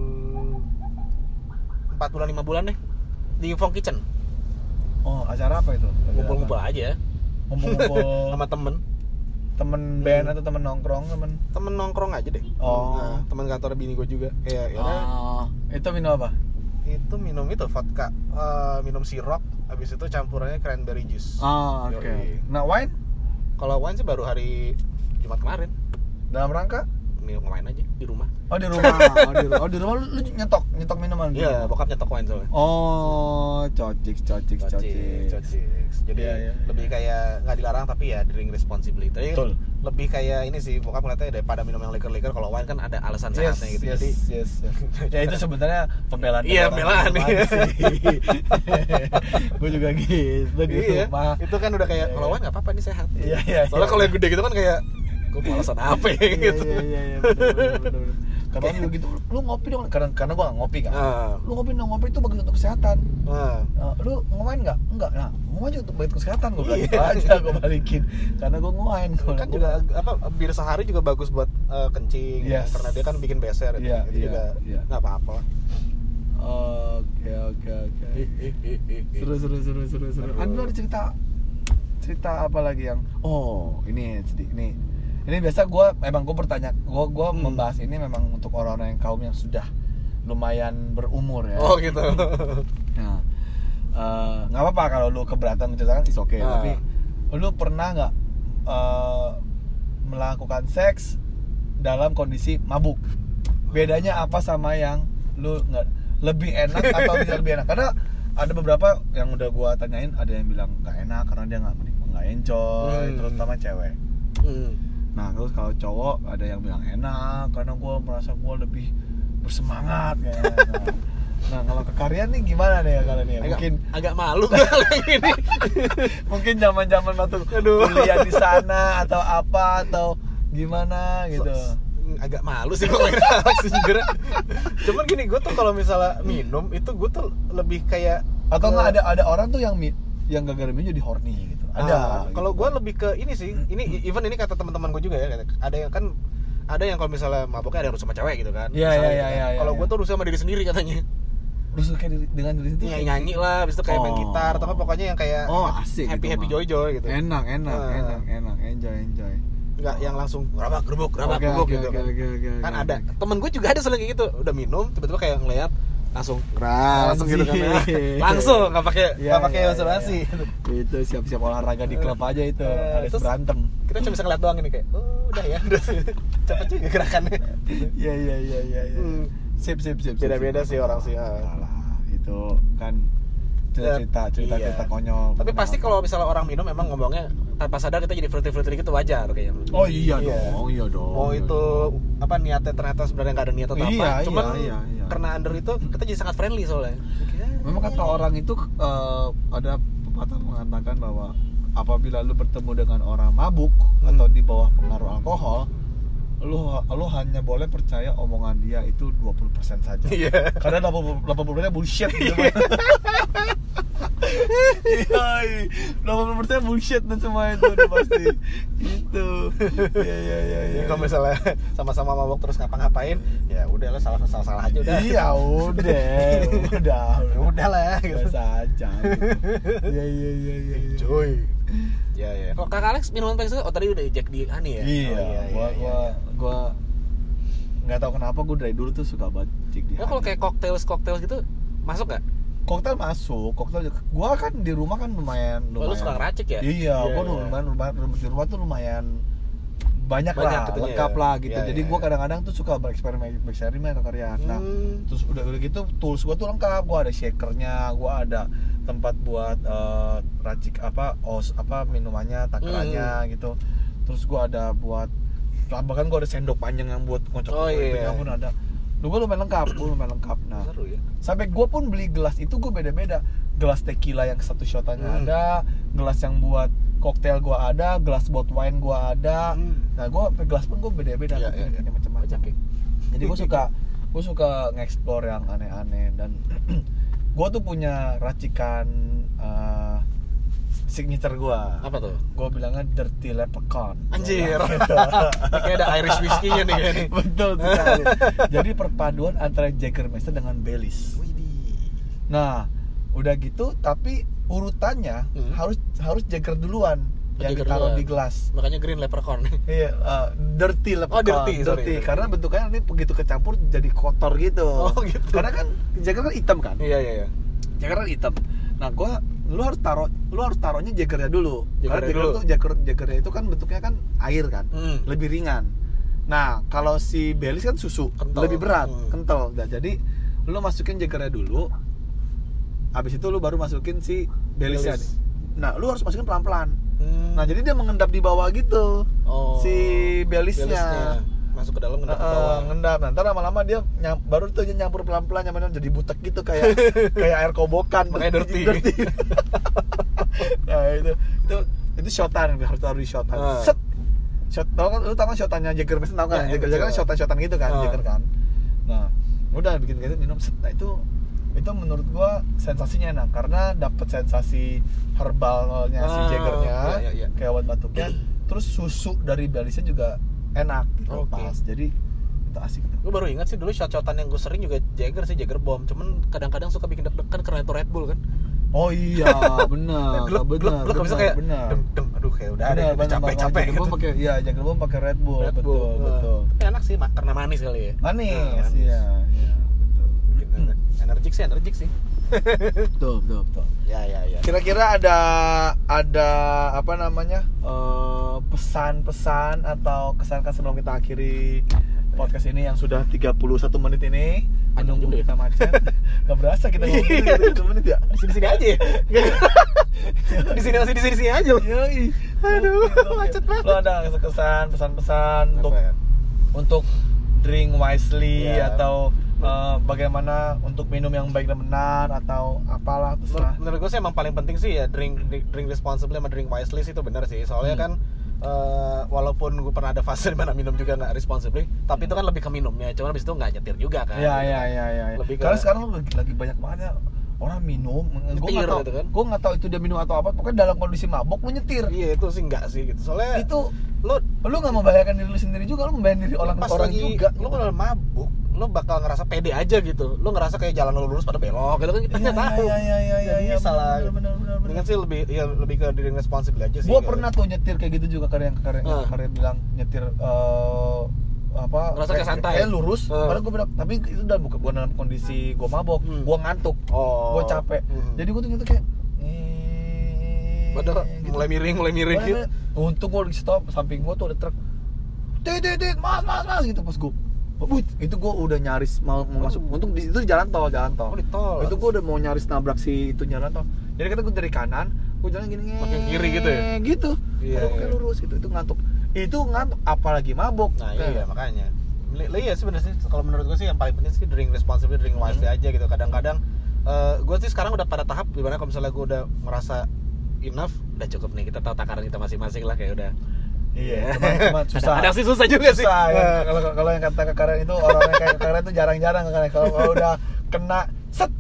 bulan 5 bulan deh di Fong Kitchen.
Acara apa itu?
Ngumpul-ngumpul aja.
Ngumpul-ngumpul
sama temen
band atau temen nongkrong?
Temen nongkrong aja deh. Temen kantor bini gue juga. Kayak
itu minum apa?
itu minum itu vodka, minum sirop, habis itu campurannya cranberry juice.
Oh, oke. Nah, wine?
Kalau wine sih baru hari Jumat kemarin.
Dalam rangka?
Main aja di rumah.
Oh, di rumah. Di rumah lu nyetok minuman.
Iya, bokap nyetok wine soalnya.
Oh, cocik.
Jadi lebih kayak nggak dilarang tapi ya drink responsibly. Tapi
betul.
Lebih kayak ini sih, bokap ngeliatnya daripada minum yang liquor, kalau wine kan ada alasan sehatnya gitu. Jadi
ya itu sebenarnya pembelaan.
Iya, pembelaan.
Gue juga gitu di rumah.
Itu kan udah kayak kalau wine nggak apa-apa nih sehat.
Iya.
Soalnya kalau yang gede gitu kan kayak gue mau alasan apa gitu.
Iya, bener. Kalau lu gitu, lu ngopi dong, karena gue gak ngopi kan. Lu ngopi itu bagus untuk kesehatan. Lu ngomain nggak? Enggak. Nah, ngomain juga untuk baik kesehatan, gue bilang gitu aja, gue balikin. Karena gue ngomain.
Kan juga bir sehari juga bagus buat kencing, karena dia kan bikin beser. Itu juga nggak apa-apa.
Oke. Seru. Anda ada cerita apa lagi yang ini biasa gue bertanya, gue membahas ini memang untuk orang-orang yang kaum yang sudah lumayan berumur ya.
Oh gitu.
Nah, nggak apa-apa kalau lu keberatan menceritakan, is okay. Tapi lu pernah nggak melakukan seks dalam kondisi mabuk? Bedanya apa sama yang lu nggak lebih enak atau tidak lebih enak? Karena ada beberapa yang udah gue tanyain, ada yang bilang nggak enak karena dia nggak enjoy, terutama cewek. Nah, terus kalau cowok ada yang bilang enak karena gue merasa gue lebih bersemangat kayaknya. Nah, kalau ke Karyan nih gimana nih ya kalian nih? Mungkin
agak malu kalau ini.
Mungkin zaman-zaman waktu kuliah di sana atau apa atau gimana gitu.
Agak malu sih kalau sejujurnya. Cuman gini, gue tuh kalau misalnya minum itu gue tuh lebih kayak
atau nggak ada orang tuh yang gagal minum jadi horny gitu. Ada.
Kalau gue lebih ke ini sih. Ini even ini kata teman-teman gue juga ya. Ada yang kalau misalnya maboknya ada yang rusuh sama cewek gitu kan.
Iya.
Kalau gue tuh rusuh sama diri sendiri katanya.
Rusuh kayak dengan diri sendiri.
Iya, nyanyi lah, habis itu kayak main gitar atau pokoknya yang kayak
asik
happy
gitu,
joy gitu.
Enak, enjoy.
Enggak yang langsung gerabak-gerubuk gitu kan. Kan ada. Temen gue juga ada sering kayak gitu. Udah minum tiba-tiba kayak ngeliat langsung gitu kan. Langsung enggak pakai basa-basi.
Itu siap-siap olahraga di klub aja itu. Harus berantem.
Kita cuma bisa ngeliat doang ini kayak, udah ya. Cepet juga gerakannya.
Iya. Sip.
Beda-beda sih orang sih.
Itu kan cerita konyol.
Tapi pasti kalau misalnya orang minum emang ngomongnya tanpa sadar kita jadi fruity gitu wajar kayaknya.
Oh iya dong.
Mau itu niatnya ternyata sebenarnya nggak ada niat atau apa. Cuman karena under itu kita jadi sangat friendly soalnya.
Memang kata orang itu ada pepatah mengatakan bahwa apabila lu bertemu dengan orang mabuk atau di bawah pengaruh alkohol, lu hanya boleh percaya omongan dia itu 20% saja. Karena 80% bullshit gitu. 80% bullshit dan semua itu udah pasti. Itu. Iya.
Kalau misalnya sama-sama mabok terus ngapa-ngapain, ya udah lah salah aja udah.
Iya, udah lah
gitu.
Biasa aja. Iya.
Enjoy. Ya. Kalau Kak Alex minuman paling suka, tadi udah Jack di Honey ya?
Iya. Gua nggak tahu kenapa gue dari dulu tuh suka banget Jack di Honey.
Kalau kayak cocktail gitu masuk nggak?
Koktail masuk. Gua kan di rumah kan lumayan.
Lu suka ngeracik ya?
Iya, gua lumayan di rumah tuh lumayan banyak lah, lengkap lah gitu. Jadi gua kadang-kadang tuh suka bereksperimen ke Karyan. Nah, terus udah gitu tools gua tuh lengkap. Gua ada shakernya, gua ada tempat buat racik minumannya, takarannya gitu. Terus gua ada buat bahkan gua ada sendok panjang yang buat ngocok pun ada. Gue lumayan lengkap. Nah, seru ya. Sampai gue pun beli gelas itu gue beda-beda. Gelas tequila yang satu shotannya ada, gelas yang buat koktail gue ada, gelas buat wine gue ada. Nah, gue gelas pun gue beda-beda.
Iya.
Macam-macam. Jadi gue suka nge-explore yang aneh-aneh dan gue tuh punya racikan signature gua.
Apa tuh?
Gua bilangnya Dirty Leprechaun.
Anjir. Kayak ada Irish whiskey-nya nih kayaknya.
Betul sekali. Jadi perpaduan antara Jägermeister dengan Baileys. Nah, udah gitu tapi urutannya harus Jäger duluan. yang
Jagger
ditaruh
duluan.
di gelas.
Makanya green leprechaun.
Iya, dirty leprechaun.
Sorry.
Karena bentuknya nanti begitu kecampur jadi kotor gitu.
Oh, gitu.
Karena kan Jagger kan hitam kan.
Iya.
Jagger kan hitam. Nah, lu harus taruhnya Jaggernya dulu. Karena
Jaggernya
Jagger itu Jaggernya itu kan bentuknya kan air kan, lebih ringan. Nah, kalau si Baileys kan susu,
Kental.
lebih berat, kental. Nah, jadi lu masukin Jaggernya dulu. Habis itu lu baru masukin si Baileysnya. Nah, lu harus masukin pelan-pelan. Nah, jadi dia mengendap di bawah gitu. Si Baileysnya
masuk ke dalam, ngendap ke bawah.
Ngendap. Nanti lama-lama dia baru tuh dia nyampur pelan-pelan jadi butek gitu kayak air kobokan.
Makanya dirty.
Nah, itu shotan, harus di shotan. Set. Shot, lu tau kan shotannya Jagger Mason, tau kan?
Ya,
Jagger kan shotan gitu kan, Jagger kan. Nah, udah bikin gitu minum set. Nah, itu menurut gua sensasinya enak karena dapet sensasi herbalnya si Jaggernya, kayak obat batuknya. Terus susu dari Baileysnya juga enak gitu, pas. Jadi itu asik.
Gue baru ingat sih dulu shot-shotan yang gue sering juga Jagger sih, Jagger Bomb. Cuman kadang-kadang suka bikin deg-degan karena itu Red Bull kan.
Oh iya, benar.
Benar. Bisa kayak dem, aduh kayak udah ada capek-capek gitu.
Iya, Jagger Bomb pakai Red Bull. Betul.
Tapi enak sih karena manis kali ya.
Manis. Iya, betul.
Energik sih.
Betul.
Ya.
Kira-kira ada apa namanya? Pesan-pesan atau kesan-kesan sebelum kita akhiri podcast ini yang sudah 31 menit ini menunggu kita macet. Gak berasa kita ngomong 30 menit ya.
Di sini aja ya. Di sini aja.
Yoi.
Aduh, macet banget.
Lo ada kesan pesan-pesan untuk drink wisely atau bagaimana untuk minum yang baik dan benar atau apalah terserah.
Menurut gue sih emang paling penting sih ya drink responsibly sama drink wisely sih, itu benar sih. Soalnya kan walaupun gue pernah ada fase dimana minum juga nggak responsibly, tapi itu kan lebih ke minumnya, cuman abis itu nggak nyetir juga kan.
Iya. Karena sekarang lagi banyak banget ya orang minum, gue nggak tahu,
gitu kan?
Gue nggak tahu itu dia minum atau apa, pokoknya dalam kondisi mabok lu nyetir.
Iya, itu sih nggak sih gitu. Soalnya
itu lu nggak membahayakan diri lu sendiri juga, lu membahayakan diri orang juga.
Lu kalau mabuk, lu bakal ngerasa pede aja gitu. Lu ngerasa kayak jalan lu lurus pada belok gitu kan, kita nggak tahu. Iya, salah. Benar. Dengan sih lebih ke diri responsibel aja sih.
Gua pernah tuh nyetir kayak gitu juga, karya bilang nyetir
ngerasa kayak santai,
kayak lurus, padahal gue bilang, tapi itu udah bukan dalam kondisi gue mabok, gue ngantuk, gue capek, jadi gue tuh kayak
padahal gitu. mulai miring gitu.
Untung gue di stop, samping gue tuh ada truk, mas gitu, pas gue itu gue udah nyaris mau masuk, untung di situ jalan tol.
Di tol.
Itu gue udah mau nyaris nabrak si itu jalan tol. Jadi kata gue dari kanan, gue jalan gini
makin kiri gitu ya.
Gitu. Iya. Kayak lurus gitu. Itu ngantuk, apalagi mabok.
Nah, iya makanya. Iya sebenarnya sih kalau menurut gue sih yang paling penting sih drink responsibly, drink wisely aja gitu. Kadang-kadang gue sih sekarang udah pada tahap dimana kalau misalnya gue udah merasa enough, udah cukup nih, kita tahu takaran kita masing-masing lah, kayak udah.
Iya, cuma susah.
Kadang sih susah juga sih.
Kalau yang kata kekaren itu, orang yang kayak kekaren itu jarang-jarang kan. Kalau udah kena set,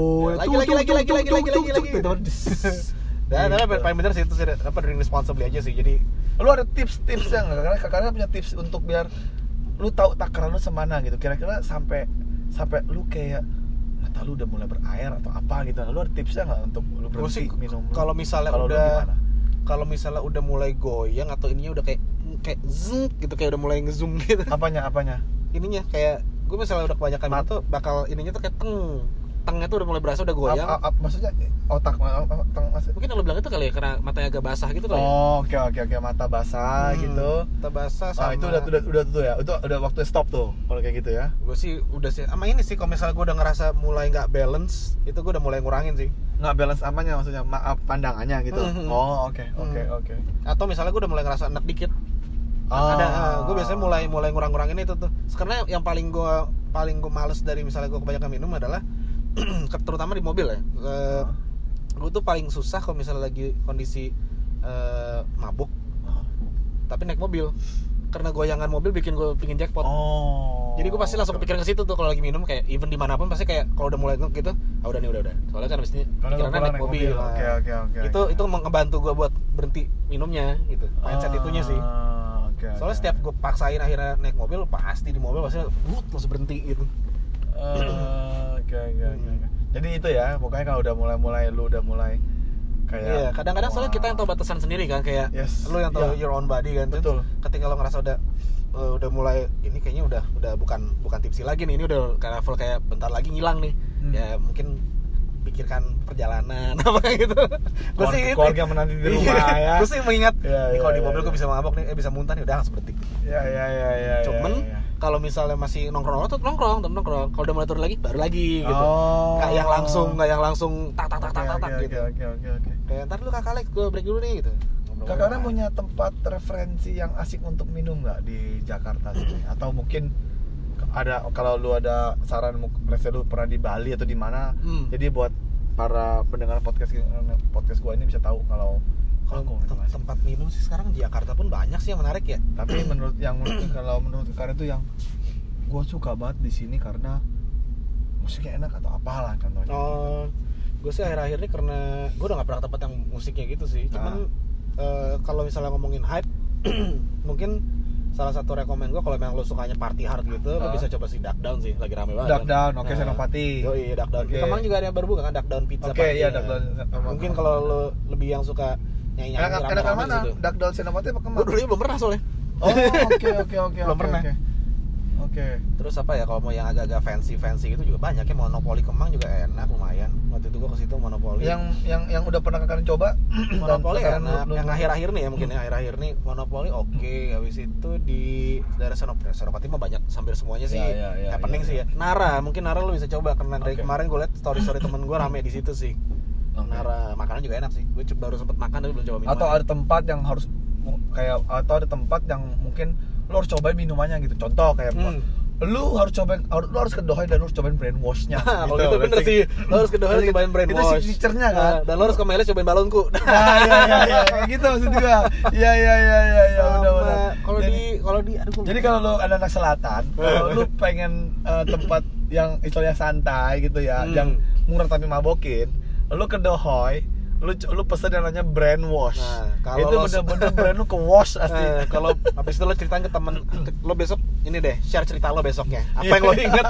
lagi.
Dan paling bener sih itu sih drink responsibly aja sih. Jadi
lu ada tips-tips yang karena kekaren punya tips untuk biar lu tahu takaran lu semana gitu. Kira-kira sampai lu kayak mata lu udah mulai berair atau apa gitu. Lu ada tipsnya nggak untuk lu berhenti minum?
Kalau misalnya udah mulai goyang atau ininya udah kayak zeng gitu, kayak udah mulai ngezoom gitu.
Apanya?
Ininya kayak gue misalnya udah kebanyakan minum tuh bakal ininya tuh kayak tengnya tuh udah mulai berasa udah goyang.
Maksudnya otak maksudnya?
Mungkin lo bilang itu kali ya karena matanya agak basah gitu kali.
Oh, oke, mata basah gitu.
Mata basah sama.
Itu udah tuh ya. Itu udah waktu stop tuh kalau kayak gitu ya.
Gue sih udah sih. Sama ini sih kalau misalnya gue udah ngerasa mulai nggak balance, itu gue udah mulai ngurangin sih.
Nggak balance apanya maksudnya? Pandangannya gitu. Oh, oke.
Atau misalnya gue udah mulai ngerasa enak dikit. Gue biasanya mulai ngurang-ngurangin itu tuh. Karena yang paling gue males dari misalnya gue kebanyakan minum adalah terutama di mobil ya. Gue tuh paling susah kalau misalnya lagi kondisi mabuk tapi naik mobil, karena goyangan mobil bikin gue pingin jackpot. Jadi gue pasti langsung kepikiran ke situ tuh kalau lagi minum, kayak even dimanapun pasti kayak kalau udah mulai gitu, udah. Soalnya kan abis ini pikirannya naik mobil. Oke. Itu ngebantu gue buat berhenti minumnya gitu. Mindset itunya sih. Soalnya setiap gue paksain akhirnya naik mobil, pasti di mobil pasti langsung berhenti gitu.
Oke. Jadi itu ya, pokoknya kalau udah mulai kayak
Iya, kadang-kadang soalnya kita yang tahu batasan sendiri kan, kayak
Yes.
lu yang tahu
Iya.
your own body kan.
Betul.
Ketika lo ngerasa udah mulai ini kayaknya udah bukan tipsi lagi nih, ini udah kayak level kayak bentar lagi ngilang nih. Ya mungkin pikirkan perjalanan apa gitu. Gue sih
keluarga menanti di rumah ya.
Gue sih mengingat
Iya,
kalau di
iya,
mobil
iya.
gue bisa mabok nih, bisa muntah nih, udah langsung berhenti.
Ya.
Cuman kalau misalnya masih nongkrong tuh nongkrong. Kalau udah mulai turun lagi baru lagi gitu.
Oh.
Nggak yang langsung tak gitu.
Oke.
Kayak ntar dulu Kakak Alex, gue break dulu nih gitu.
Kakaknya punya tempat referensi yang asik untuk minum nggak di Jakarta sini? Atau mungkin ada, kalau lu ada saran, let's say lu pernah di Bali atau di mana? Jadi buat para pendengar podcast gua ini bisa tahu kalau
tempat minum sih sekarang di Jakarta pun banyak sih yang menarik ya.
Tapi menurut Kakak itu yang gua suka banget di sini karena musiknya enak atau apalah contohnya.
Gue sih akhir-akhir ini karena gue udah nggak pernah ke tempat yang musiknya gitu sih. Cuman kalau misalnya ngomongin hype, mungkin salah satu rekomen gue kalau memang lo sukanya party hard gitu, lo bisa coba si Duck Down sih, lagi rame banget.
Duck Down, oke, Senopati.
Iya, Duck Down. Di Kemang juga ada yang baru buka kan, Duck Down Pizza.
Oke, iya, Duck Down.
Mungkin kalau lo lebih yang suka nyanyi-nyanyi
Enak mana? Duck Down Senopati apa Kemang?
Gue dulu belum pernah soalnya.
Oh, oke.
Belum pernah.
Oke.
Terus apa ya, kalau mau yang agak-agak fancy gitu juga banyak ya. Monopoly Kemang juga enak, lumayan. Waktu itu gua ke situ Monopoly.
Yang udah pernah kalian coba?
Monopoly enak. Yang akhir-akhir nih ya, mungkin akhir-akhir nih Monopoly oke. Habis itu di daerah Senopati mah banyak, hampir semuanya sih happening sih ya. Nara lu bisa coba, karena dari kemarin gue liat story temen gue rame di situ sih. Nara, makanan juga enak sih. Gue baru sempet makan tapi belum coba minuman.
Atau ada tempat yang harus atau ada tempat yang mungkin lu harus cobain minumannya gitu. Contoh kayak lu harus ke Dohoi dan lu harus cobain brainwash-nya.
Kalau gitu bener sih. Lu harus ke Dohoi cobain brainwash.
Itu signature-nya kan.
Dan lu harus ke Meles cobain balonku.
Iya, kayak gitu maksud gua. Iya, udah. Jadi kalau lu anak selatan, kalau lu pengen tempat yang istilahnya santai gitu ya, yang murah tapi mabokin, lu ke Dohoi, lu pesen yang namanya brainwash. Itu bener-bener brand lu ke wash asli.
Kalau habis itu lo ceritain ke temen lo besok, ini deh, share cerita lo besoknya. Apa yang lo inget?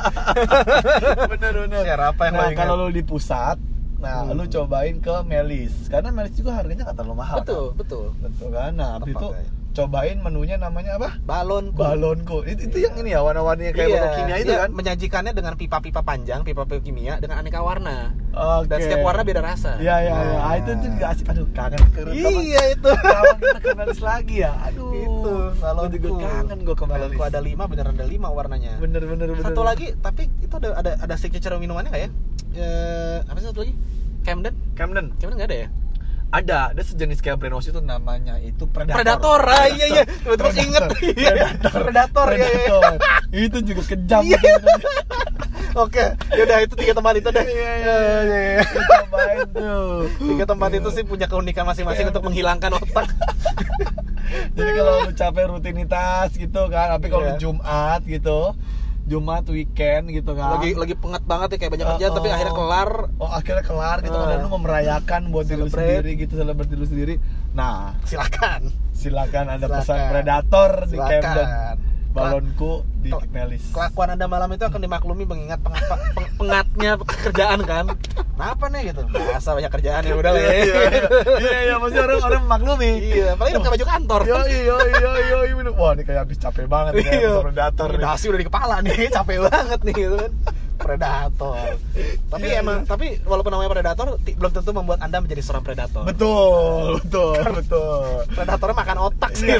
Bener.
Share apa yang lo inget?
Kalau lu di pusat, lu cobain ke Melis. Karena Melis juga harganya nggak terlalu mahal.
Betul
Kan? Nah, habis itu cobain menunya namanya apa? Balonku. Itu yang ini ya, warna-warninya kayak balon kimia itu kan?
Menyajikannya dengan pipa-pipa panjang, pipa-pipa kimia dengan aneka warna.
Dan
setiap warna beda rasa.
Iya. Itu juga asik. Aduh, kangen.
Iya itu.
Kalau kita ke Melis lagi ya. Aduh.
Itu balonku.
Juga kangen gue ke Melis.
Balonku ada 5, beneran ada 5 warnanya.
Bener.
Satu lagi, tapi itu ada signature minumannya nggak ya? Apa sih satu lagi? Camden nggak ada ya?
Ada sejenis kayak brainwash itu, namanya itu
Predator. Iya. Terus inget. Predator.
Itu juga kejam.
Oke, yaudah itu 3 tempat itu deh.
Iya. Cobain tuh.
3 tempat itu sih punya keunikan masing-masing untuk menghilangkan otak.
Jadi kalau lu capek rutinitas gitu kan, tapi kalau Jumat gitu, Jumat weekend gitu kan,
lagi pengat banget ya, kayak banyak kerjaan tapi akhirnya kelar
gitu kan, dan lu mau merayakan buat diri lu sendiri gitu, celebrate diri lu sendiri. Nah, silakan Anda pesan Predator di Camden, balonku di Melis.
Kelakuan Anda malam itu akan dimaklumi mengingat pengatnya kerjaan kan. Kenapa nih gitu? Biasa banyak kerjaan ya udah lah ya.
Iya, pasti orang maklumi.
Iya, apalagi pakai baju kantor.
Iya. Wah, ini kayak habis capek banget nih kayak Predator.
Dasi udah di kepala nih, capek banget nih gitu kan. Predator. Tapi walaupun namanya Predator, belum tentu membuat Anda menjadi seorang predator.
Betul.
Predatornya makan otak sih.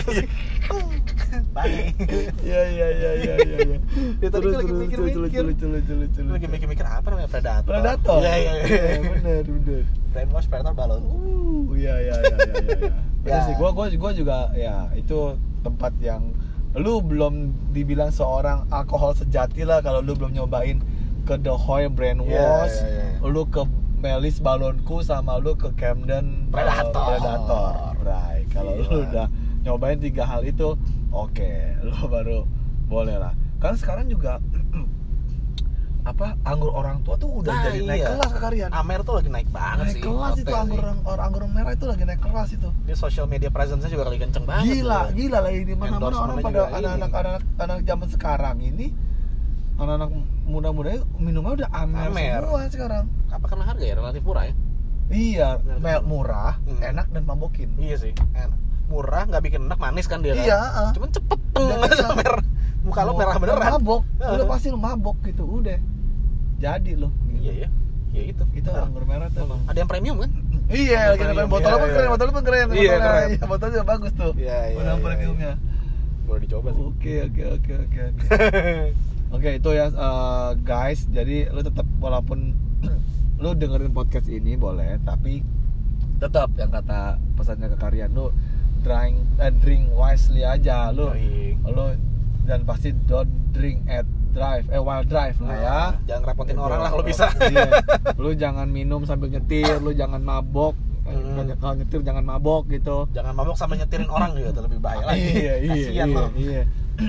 Iya. Tadi gue lagi mikir apa namanya Predator.
Iya, bener.
Brainwash, Predator, balon.
Iya. Ya sih, gua juga ya, itu tempat yang lu belum dibilang seorang alkohol sejati lah kalau lu belum nyobain ke Dohoi brainwash, lu ke Melis balonku, sama lu ke Camden Predator. Right. Kalau lu udah nyobain 3 hal itu, oke, lu baru boleh lah. Karena sekarang juga anggur orang tua tuh udah jadi naik kelas kalian.
Amer tuh lagi naik banget sih.
Naik kelas itu anggur merah itu lagi naik kelas itu.
Di social media presence-nya juga lagi kenceng banget.
Gila lagi di mana-mana orang pada anak-anak zaman sekarang ini, anak-anak muda-muda minumnya udah Amer semua sekarang.
Apa karena harga ya relatif murah ya?
Iya, murah, enak dan mabokin.
Iya sih, enak. Murah, nggak bikin enak, manis kan dia kan.
Iya,
Cuman cepet merah. Muka lo merah beneran.
Mabok, udah pasti lo mabok gitu, udah. Jadi lo.
Iya ya. Ya itu.
Itu anggur merah tuh.
Ada yang premium kan?
Iya, lagi ada botolnya pun keren, botolnya pun keren.
Iya, keren.
Iya, botolnya juga bagus tuh.
Iya.
Premiumnya.
Boleh dicoba sih.
Oke. Oke, itu ya guys. Jadi lu tetap walaupun lu dengerin podcast ini boleh, tapi tetap yang kata pesannya ke Karyan, lu drink wisely aja lu. Dan pasti don't drink at while drive lah ya.
Jangan repotin orang lah kalau bisa.
Iya. Lu jangan minum sambil nyetir, lu jangan mabok. Kalau nyetir jangan mabok gitu.
Jangan mabok sama nyetirin orang juga itu lebih bahaya lagi.
Iya.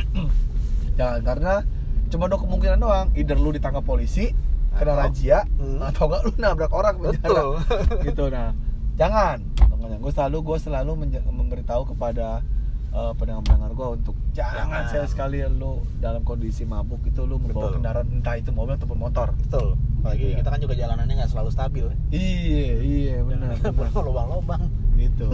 Jangan, karena cuma ada kemungkinan doang, either lu ditangkap polisi, kena razia, atau enggak lu nabrak orang penjara. Gitu. Nah, jangan. Gue selalu memberitahu kepada pendengar-pendengar gue untuk jangan sekali lu dalam kondisi mabuk itu lu membawa kendaraan, entah itu mobil ataupun motor.
Betul. Apalagi kita kan juga jalanannya nggak selalu stabil.
Iya benar.
Lubang-lubang.
Gitu.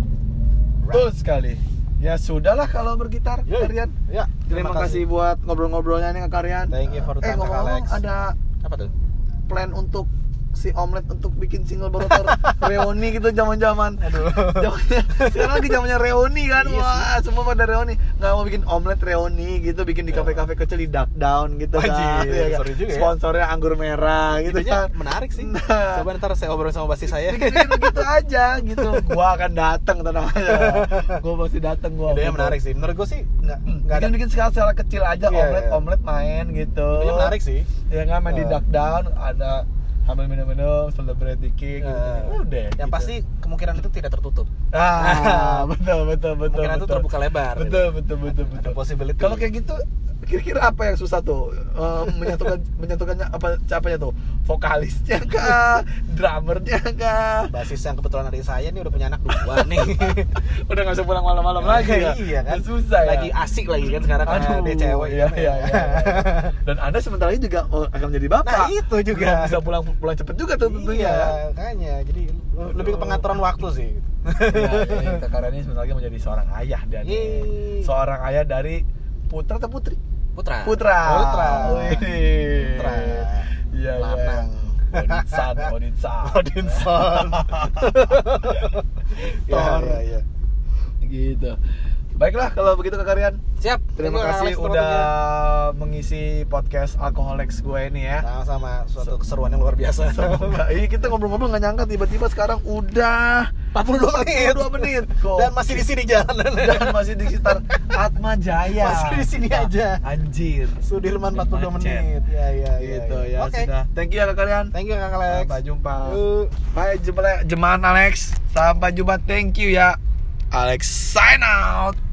Betul sekali. Ya sudahlah kalau bergitar, Karyan.
Ya.
Terima kasih buat ngobrol-ngobrolnya nih Karyan.
Thank you for the time,
ngomong-ngomong,
Alex.
ada
apa tuh?
Plan untuk si Omelet untuk bikin single barotor reuni gitu zaman-zaman. Sekarang lagi zamannya reuni kan. Wah, semua pada reuni. Enggak mau bikin Omelet reuni gitu, bikin di kafe-kafe kecil di Duck Down gitu kan.
Iya, seru juga ya.
Sponsornya anggur merah gitu kan.
Menarik sih. Coba ntar saya obrolin sama basti saya.
Gitu aja gitu. Gua akan datang, tenang aja. Gua pasti datang gua.
Idenya menarik sih. Menurut gua sih enggak ada
bikin skala kecil aja, omelet main gitu.
Idenya menarik sih.
Ya kan, main di Duck Down, ada sambil minum-minum, celebrate dikit gitu. Udah.
Yang
gitu.
pasti kemungkinan itu tidak tertutup.
Betul.
Kemungkinan itu terbuka lebar.
Betul.
Possibility.
Kalau kayak gitu, kira-kira apa yang susah tuh? Menyatukannya apanya tuh? Vokalisnya kah? Drummernya kah?
Basis yang kebetulan adik saya nih udah punya anak 2 nih.
Udah nggak usah pulang malam-malam lagi ya?
Iya kan.
Susah ya.
Lagi asik lagi kan sekarang karena dia cewek.
Iya. Dan Anda sebentar lagi juga akan menjadi bapak.
Nah itu juga.
Bisa pulang cepet juga tuh tentunya.
Iya, makanya. Jadi lebih ke pengaturan waktu sih.
Iya, Karyan ini sebentar lagi menjadi seorang ayah dan seorang ayah dari putra atau putri? Putra. Iya.
Lanang.
Odinson. Thor.
Iya.
Gitu. Baiklah kalau begitu Kak Karyan.
Siap.
Terima kasih udah mengisi podcast Alkoholex gue ini ya.
Sama-sama, suatu keseruan yang luar biasa.
Iya, kita ngobrol-ngobrol nggak nyangka tiba-tiba sekarang udah
42 menit. Dan masih di sini jalanan.
Dan masih di sekitar Atma Jaya.
Masih di sini aja.
Anjir.
Sudirman 42 menit. Iya.
Gitu ya. Sudah. Thank you ya Kak Karyan.
Thank you Kak Alex.
Sampai jumpa. Bye jemaah Alex. Sampai jumpa. Thank you ya. Alex sign out.